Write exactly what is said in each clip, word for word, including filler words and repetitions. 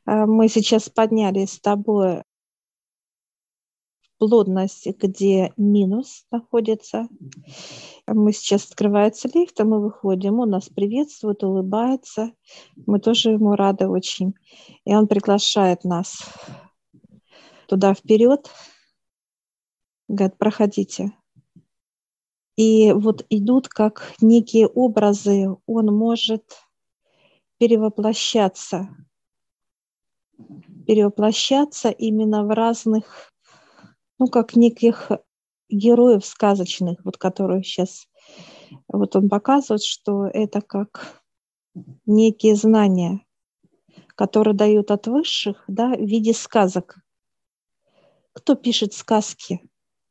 Мы сейчас подняли с тобой плотность, где минус находится. Мы сейчас открывается лифт, а мы выходим. Он нас приветствует, улыбается. Мы тоже ему рады очень. И он приглашает нас туда вперед. Говорит, проходите. И вот идут как некие образы. Он может перевоплощаться. Перевоплощаться именно в разных, ну, как неких героев сказочных, вот которые сейчас, вот он показывает, что это как некие знания, которые дают от высших, да, в виде сказок. Кто пишет сказки?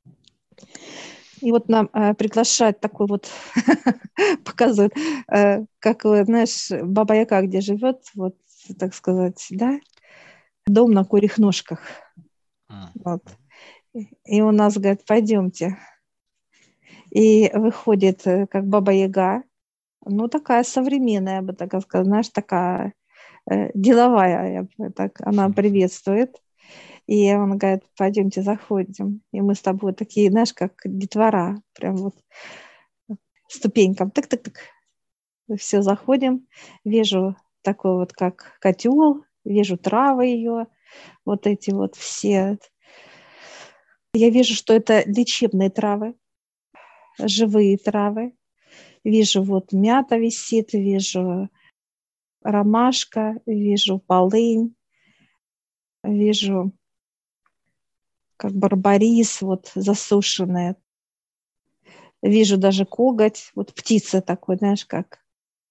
И вот нам э, приглашает такой вот, показывает, э, как, знаешь, Баба-Яга где живет, вот, так сказать, да, дом на курьих ножках. Вот. И у нас, говорит, пойдемте. И выходит, как Баба-Яга, ну, такая современная, я бы так сказала, знаешь, такая э, деловая, я бы так, она приветствует. И он говорит, пойдемте, заходим. И мы с тобой такие, знаешь, как детвора, прям вот ступенькам, так-так-так. Все, заходим. Вижу такой вот, как котел, вижу травы ее, вот эти вот все. Я вижу, что это лечебные травы, живые травы. Вижу, вот мята висит, вижу ромашка, вижу полынь, вижу как барбарис, вот засушенная. Вижу даже коготь, вот птица такой, знаешь, как.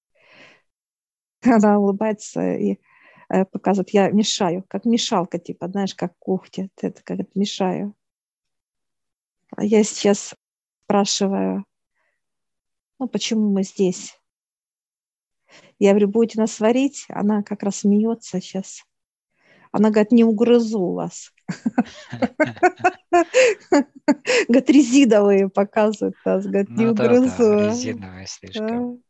Она улыбается и э, показывает, я мешаю, как мешалка, типа, знаешь, как кухня, это как это мешаю. А я сейчас спрашиваю, ну, почему мы здесь? Я говорю, будете нас варить? Она как раз смеется сейчас. Она говорит, не угрызу вас. Говорит, резиновые показывают нас. Говорит, не Ну да, да, угрызу. резиновые слишком.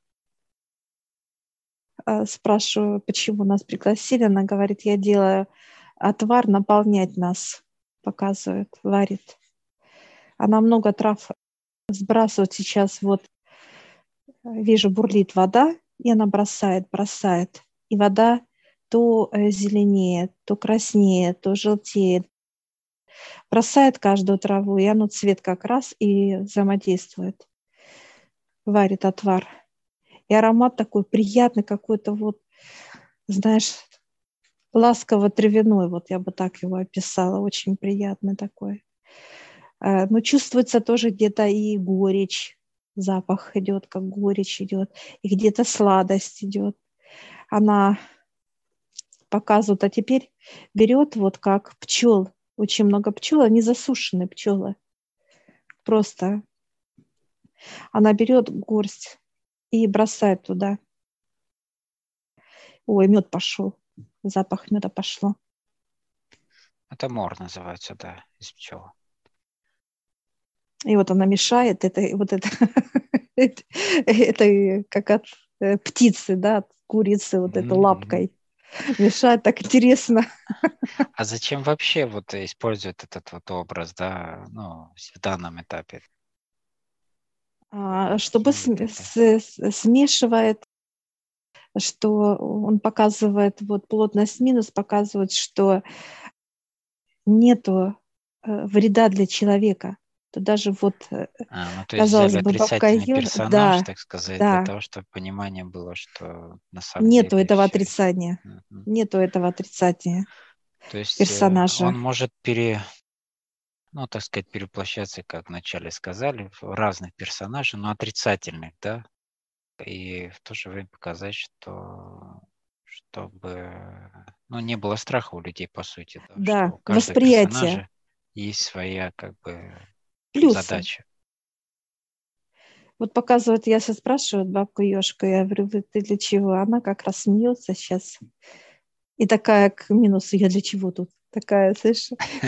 Спрашиваю, почему нас пригласили. Она говорит, я делаю отвар, наполнять нас. Показывает, варит. Она много трав сбрасывает сейчас. Вот вижу, бурлит вода, и она бросает, бросает. И вода то зеленеет, то краснеет, то желтеет. Бросает каждую траву, и оно цвет как раз и взаимодействует. Варит отвар. И аромат такой приятный какой-то вот, знаешь, ласково-травяной, вот я бы так его описала, очень приятный такой. Но чувствуется тоже где-то и горечь, запах идет, как горечь идет, и где-то сладость идет. Она показывает, а теперь берет вот как пчел, очень много пчел, они засушенные пчелы. Просто она берет горсть и бросает туда. Ой, мед пошел, запах меда пошло. Это мор называется, да, из пчел. И вот она мешает, это вот это, это, это как от птицы, да, от курицы, вот этой лапкой. Мешает, так интересно. А зачем вообще вот используют этот вот образ, да, ну, в данном этапе? А, чтобы см- с- смешивает, что он показывает, вот плотность минус показывает, что нету э, вреда для человека. То даже вот, А, ну то есть казалось взяли бы, бабка отрицательный Йода, персонаж, да, так сказать, для да, того, чтобы понимание было, что на самом нету деле этого все. отрицания, Мгм. нету этого отрицания То есть э, персонажа. он может пере, ну, так сказать, переплощаться, как вначале сказали, в разных персонажей, но отрицательных, да, и в то же время показать, что чтобы, ну, не было страха у людей, по сути, да, что Да, у каждого восприятие, персонажа есть своя, как бы, плюсы. задача. Вот показывает, я сейчас спрашиваю бабку Ёшку, я говорю, ты для чего? Она как раз смеется сейчас. И такая к минусу, я для чего тут? Такая, слышишь?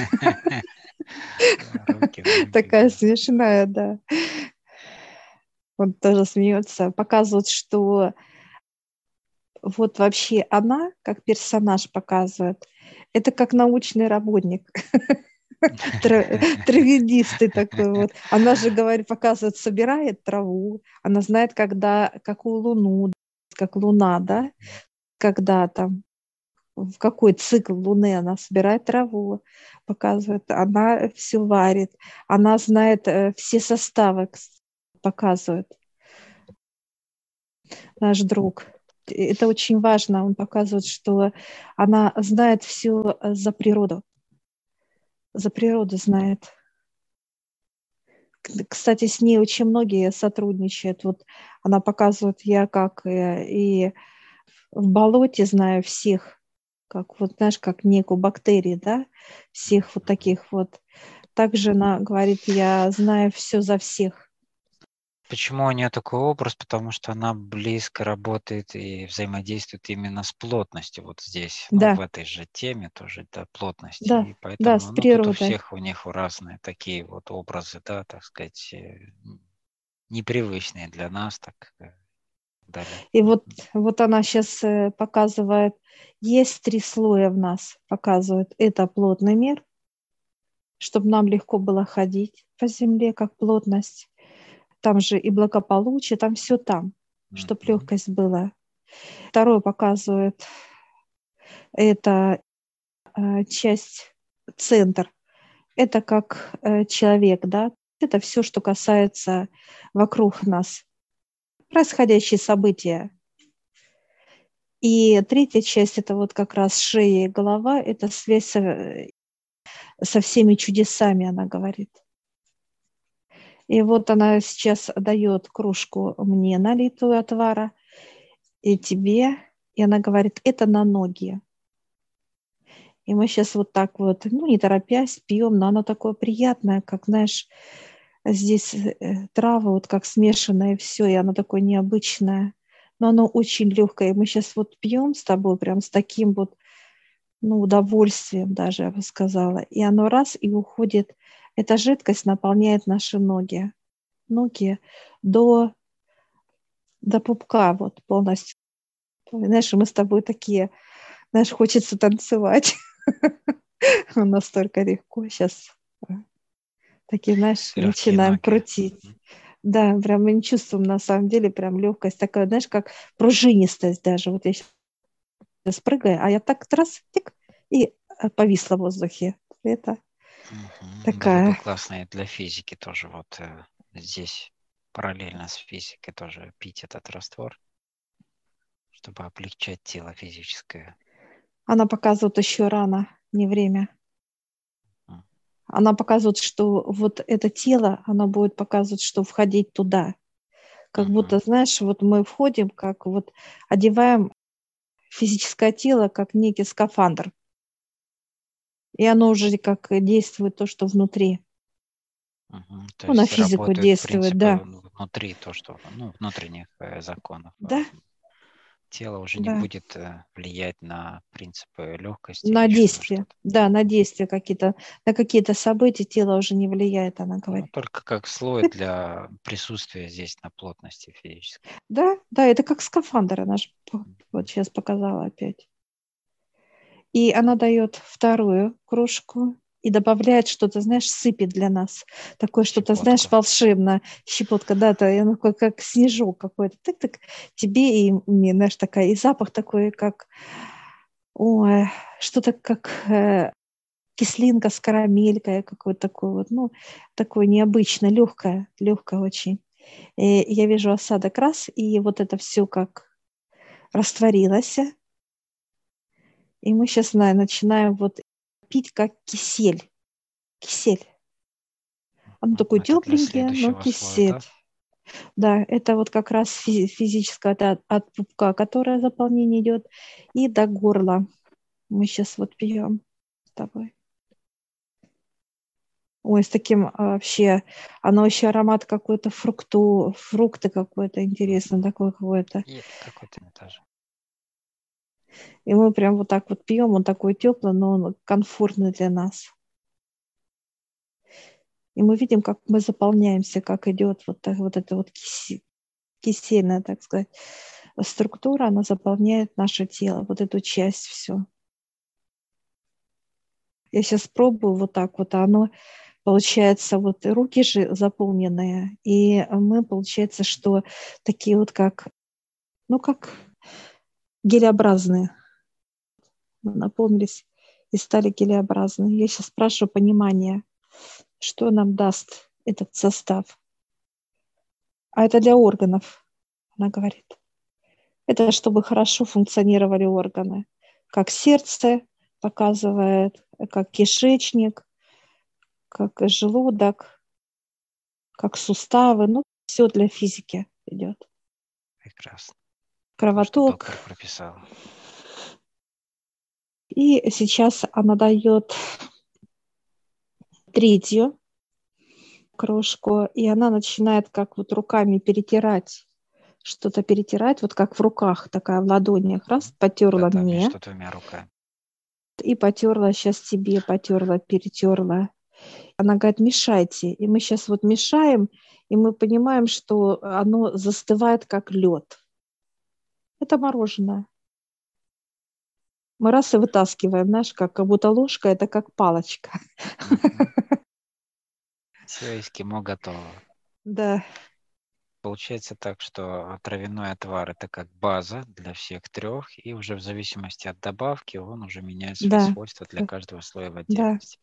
Руки, ноги, Такая да. смешная, да. Он тоже смеется. Показывает, что вот вообще она, как персонаж показывает, это как научный работник, травянистый такой вот. Она же, говорит, показывает, собирает траву, она знает, когда, какую луну, как луна, да, когда там, в какой цикл Луны она собирает траву, показывает, она все варит, она знает э, все составы, показывает наш друг. Это очень важно, он показывает, что она знает все за природу, за природу знает. Кстати, с ней очень многие сотрудничают. Вот она показывает, я как э, и в болоте знаю всех, как вот, знаешь, как некую бактерию, да, всех вот таких вот. Также она говорит, я знаю все за всех. Почему у нее такой образ? Потому что она близко работает и взаимодействует именно с плотностью вот здесь, ну, в Да, этой же теме тоже, да, плотности. да, И да, с поэтому, ну, тут у природой. всех у них разные такие вот образы, да, так сказать, э, непривычные для нас, так э, далее. И вот, Мгм. вот она сейчас показывает, есть три слоя в нас, показывает. Это плотный мир, чтобы нам легко было ходить по земле, как плотность. Там же и благополучие, там все там, чтобы Мгм. легкость была. Второе показывает, это э, часть, центр. Это как э, человек, да, это все, что касается вокруг нас, происходящие события. И третья часть – это вот как раз шея и голова, это связь со, со всеми чудесами, она говорит. И вот она сейчас дает кружку мне налитую отвара, и тебе, и она говорит, это на ноги. И мы сейчас вот так вот, ну, не торопясь, пьем, но оно такое приятное, как, знаешь, здесь э, травы вот как смешанное все, и оно такое необычное. Но оно очень легкое. И мы сейчас вот пьем с тобой прям с таким вот, ну, удовольствием даже, я бы сказала. И оно раз и уходит. Эта жидкость наполняет наши ноги. Ноги до, до пупка вот полностью. Знаешь, мы с тобой такие, знаешь, хочется танцевать. Настолько легко сейчас. Такие, знаешь, Легкие начинаем ноги. крутить. Да, прям мы не чувствуем на самом деле прям легкость такая, знаешь, как пружинистость даже. Вот я сейчас прыгаю, а я так раз, тик, и э, повисла в воздухе. Это Мгм. Было бы такая. классно и для физики тоже вот э, здесь параллельно с физикой тоже пить этот раствор, чтобы облегчать тело физическое. Она показывает еще рано, не время. М. Она показывает, что вот это тело, оно будет показывать, что входить туда. Как будто, Мгм. знаешь, вот мы входим, как вот одеваем физическое тело, как некий скафандр. И оно уже как действует то, что внутри. Мгм. То Ну, на есть физику работают действует, принципы да. вн- внутри, то, что, ну, внутренних э, законов. Да, э, Тело уже не да. будет э, влиять на принципы легкости или На еще на действие. что-то. Да, на действия какие-то, на какие-то события тело уже не влияет, она Ну, говорит. только как слой для присутствия здесь на плотности физической. Да, да, это как скафандр, она же п- вот сейчас показала опять. И она дает вторую кружку и добавляет что-то, знаешь, сыпет для нас. Такое что-то, знаешь, Щепотку. волшебное. Щепотка, да, то, и оно как, как снежок какой-то. Тык-тык, тебе и мне, знаешь, такая, и запах такой, как, ой, что-то как э, кислинка с карамелькой, какой-то такой вот, ну, такое необычное, легкое, легкое очень. И я вижу осадок раз, и вот это все как растворилось. И мы сейчас начинаем вот пить как кисель. Кисель. Оно Мгм. такое Это для тепленькое, но следующего слоя, кисель. да? Да, это вот как раз фи- физическое от, от пупка, которое заполнение идет, и до горла. Мы сейчас вот пьем с тобой. Ой, с таким а, вообще, оно еще аромат какой-то фрукту, фрукты какой-то интересный Мгм. такой какой-то. И какой-то этаж. И мы прям вот так вот пьем, он такой теплый, но он комфортный для нас. И мы видим, как мы заполняемся, как идет вот, так, вот это вот кисель, кисельное, так сказать, структура, она заполняет наше тело, вот эту часть всю. Я сейчас пробую вот так вот, а оно получается, вот и руки же заполненные, и мы, получается, что такие вот как, ну, как гелеобразные. Мы наполнились и стали гелеобразные. Я сейчас спрашиваю понимание, что нам даст этот состав. А это для органов, она говорит. Это чтобы хорошо функционировали органы. Как сердце показывает, как кишечник, как желудок, как суставы. Ну, все для физики идет. Прекрасно. То, что Кровоток. доктор прописал. И сейчас она дает третью крошку, и она начинает как вот руками перетирать, что-то перетирать, вот как в руках, такая в ладонях, раз, потерла Да-да, мне, между двумя руками. и потерла сейчас тебе, потерла, перетерла. Она говорит, мешайте. И мы сейчас вот мешаем, и мы понимаем, что оно застывает, как лед. Это мороженое. Мы раз и вытаскиваем, знаешь, как, как будто ложка, это как палочка. Все, эскимо готово. Да. Получается так, что травяной отвар – это как база для всех трех, и уже в зависимости от добавки он уже меняет свои Да, свойства для каждого слоя в да. отдельности.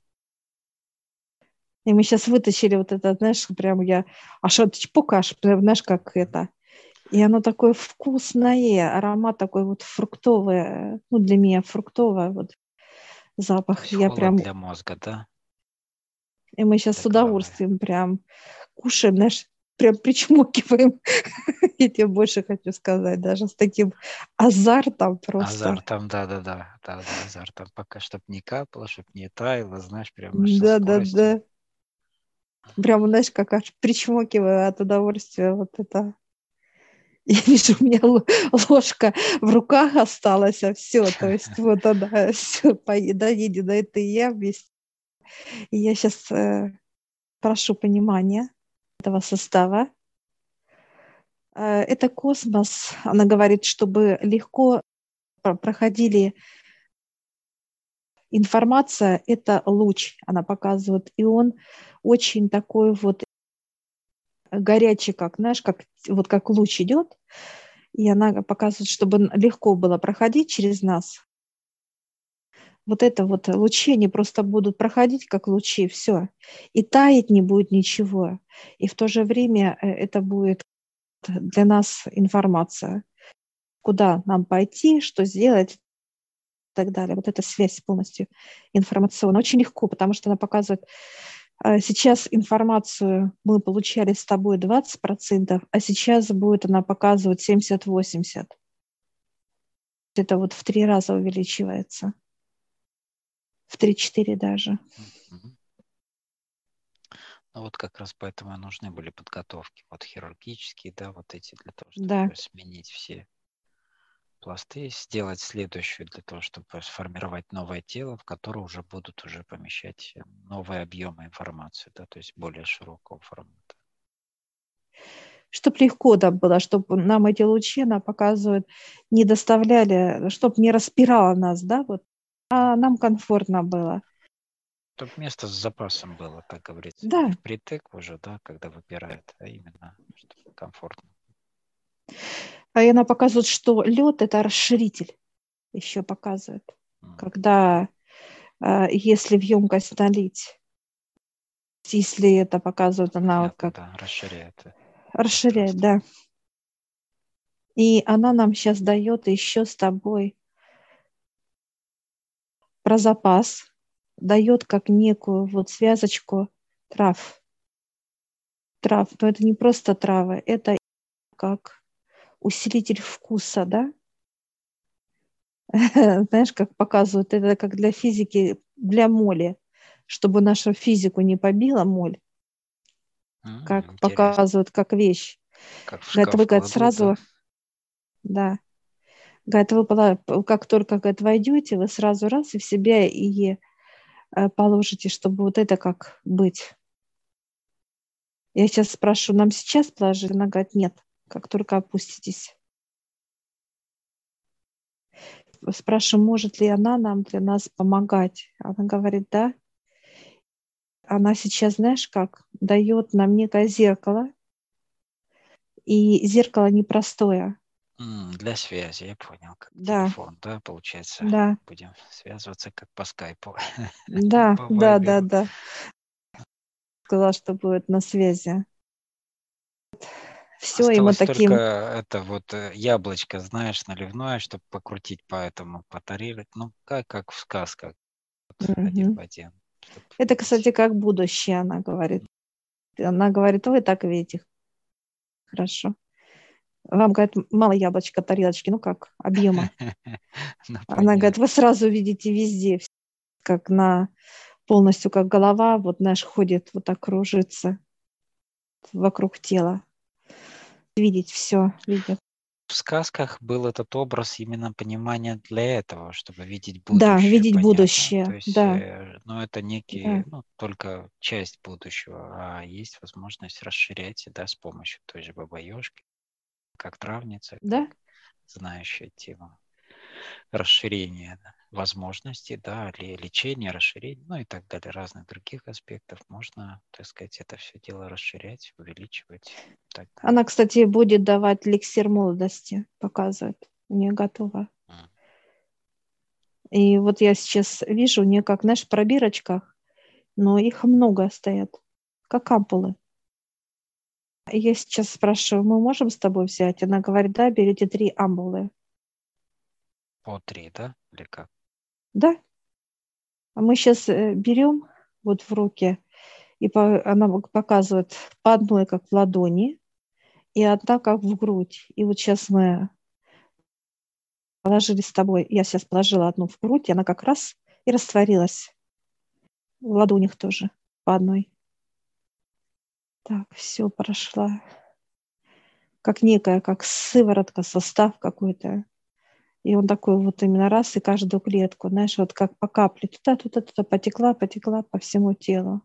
И мы сейчас вытащили вот это, знаешь, прям я, а что ты чпокаешь, прям, знаешь, как это. И оно такое вкусное, аромат такой вот фруктовый, ну, для меня фруктовый вот запах. Я Холод прям, для мозга, да? и мы сейчас Для с головы. удовольствием прям кушаем, знаешь, прям причмокиваем. Я тебе больше хочу сказать, даже с таким азартом просто. Азартом, да-да-да, да-да, азартом. Пока, чтобы не капало, чтобы не таяло, знаешь, прям аж со скоростью. Да-да-да. Прям, знаешь, как аж причмокиваю от удовольствия вот это. Я вижу, у меня ложка в руках осталась, а все, то есть вот она, все, доедена, это и я вместе. И я сейчас э, прошу понимания этого состава. Э, это космос, она говорит, чтобы легко проходили информация, это луч, она показывает, и он очень такой вот горячий, как, знаешь, как, вот как луч идет, и она показывает, чтобы легко было проходить через нас. Вот это вот лучи, они просто будут проходить как лучи, все. И таять не будет ничего. И в то же время это будет для нас информация, куда нам пойти, что сделать и так далее. Вот эта связь полностью информационная. Очень легко, потому что она показывает, сейчас информацию мы получали с тобой двадцать процентов, а сейчас будет она показывать семьдесят-восемьдесят процентов. Это вот в три раза увеличивается. В три-четыре даже. Ну вот как раз поэтому и нужны были подготовки, вот хирургические, да, вот эти для того, чтобы Да. сменить все пласты, сделать следующую для того, чтобы сформировать новое тело, в которое уже будут уже помещать новые объемы информации, да, то есть более широкого формата. Чтобы легко да, было, чтобы нам эти лучи, она показывает, не доставляли, чтобы не распирало нас, да, вот, а нам комфортно было. Чтобы место с запасом было, так говорится, Да. не впритык уже, да, когда выпирает, а именно чтобы комфортно. А она показывает, что лед – это расширитель, еще показывает, mm. когда, если в емкость налить, если это показывает, она Понятно, вот как… да, расширяет. Расширяет, да. И она нам сейчас дает еще с тобой про запас, дает как некую вот связочку трав. Трав, но это не просто травы, это как усилитель вкуса, да? Знаешь, как показывают, это как для физики, для моли, чтобы нашу физику не побила моль, mm, как интересно. Показывают, как вещь. Как в шкаф Говорит, вы, говорит, кладут, сразу, да, да. Говорит, вы, как только, говорит, войдете, вы сразу раз и в себя и положите, чтобы вот это как быть. Я сейчас спрошу, нам сейчас положить? Она говорит, нет, как только опуститесь. спрашиваю, может ли она нам для нас помогать. Она говорит, да. Она сейчас, знаешь, как дает нам некое зеркало, и зеркало непростое. М, Для связи, я понял, как Да, телефон, да, получается. да, Будем связываться как по скайпу, да, по да, да, вайберу. да. Сказала, что будет на связи. Все, и мы Осталось только таким, это вот э, яблочко, знаешь, наливное, чтобы покрутить по этому, по тарелке. Ну, как, как в сказках, вот один в мгм. один, чтобы Это, кстати, видеть. как будущее, она говорит. Она говорит, вы так видите, хорошо. Вам, говорит, мало яблочка, тарелочки, ну как, объема. Ну, Она говорит, вы понятно. сразу видите везде, как на полностью, как голова, вот наш ходит, вот так кружится вокруг тела. Видеть все, видит. В сказках был этот образ именно понимания для этого, чтобы видеть Да, будущее, видеть понятно. То будущее, есть, да, э, ну, это некий, да, ну, только часть будущего, а есть возможность расширять, да, с помощью той же бабаёшки, как травница, как да. знающая тему расширения да, возможностей, да, ли- лечения, расширения, ну и так далее, разных других аспектов. Можно, так сказать, это все дело расширять, увеличивать и так далее. Она, кстати, будет давать эликсир молодости, показывает. У нее готово. М. И вот я сейчас вижу, у нее как, знаешь, в пробирочках, но их много стоят, как ампулы. И я сейчас спрашиваю, мы можем с тобой взять? Она говорит, да, берите три ампулы. По три, да? Или как? Да, а мы сейчас берем вот в руки, и по, она показывает по одной, как в ладони, и одна, как в грудь. И вот сейчас мы положили с тобой, я сейчас положила одну в грудь, и она как раз и растворилась. В ладонях тоже по одной. Так, все, прошла. Как некая, как сыворотка, состав какой-то. И он такой вот именно раз, и каждую клетку, знаешь, вот как по капле. Туда, туда, туда потекла, потекла по всему телу.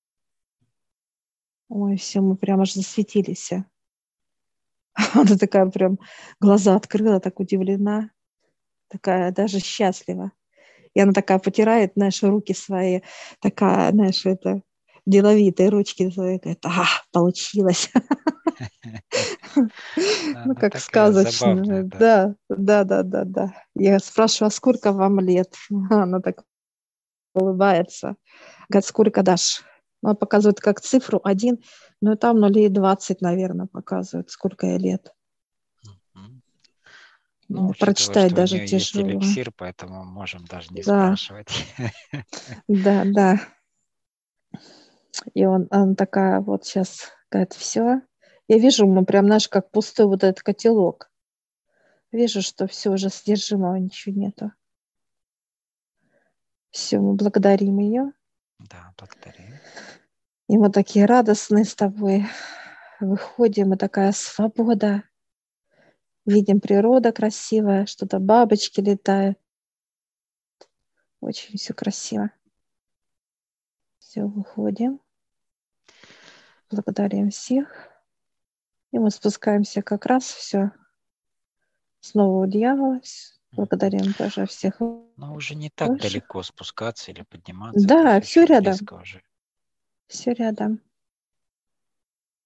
Ой, все, мы прямо аж засветились. Она такая прям глаза открыла, так удивлена, такая даже счастлива. И она такая потирает, знаешь, руки свои, такая, знаешь, это деловитые ручки свои, говорит, а, получилось. Ну, Она как такая забавная, сказочно. да. Да, да, да, да, да. Я спрашиваю, а сколько вам лет? Она так улыбается. Говорит, сколько дашь? Она показывает как цифру один, но там нулей двадцать, наверное, показывает, сколько ей лет. Мгм. Ну, учитывая, Прочитать что у даже нее есть тяжело. эликсир, поэтому можем даже не Да, спрашивать. да, да. И он, она такая вот сейчас, говорит, все. Я вижу, мы прям, знаешь, как пустой вот этот котелок. Вижу, что все уже содержимого ничего нету. Все, мы благодарим ее. Да, благодарю. И мы такие радостные с тобой выходим, и такая свобода. Видим природа красивая, что-то бабочки летают. Очень все красиво. Все, выходим. Благодарим всех. И мы спускаемся как раз все. Снова у дьявола. Мгм. Благодарим тоже всех Но уже не так высших. далеко спускаться или подниматься, то Да, есть все очень рядом. близко уже. Все рядом.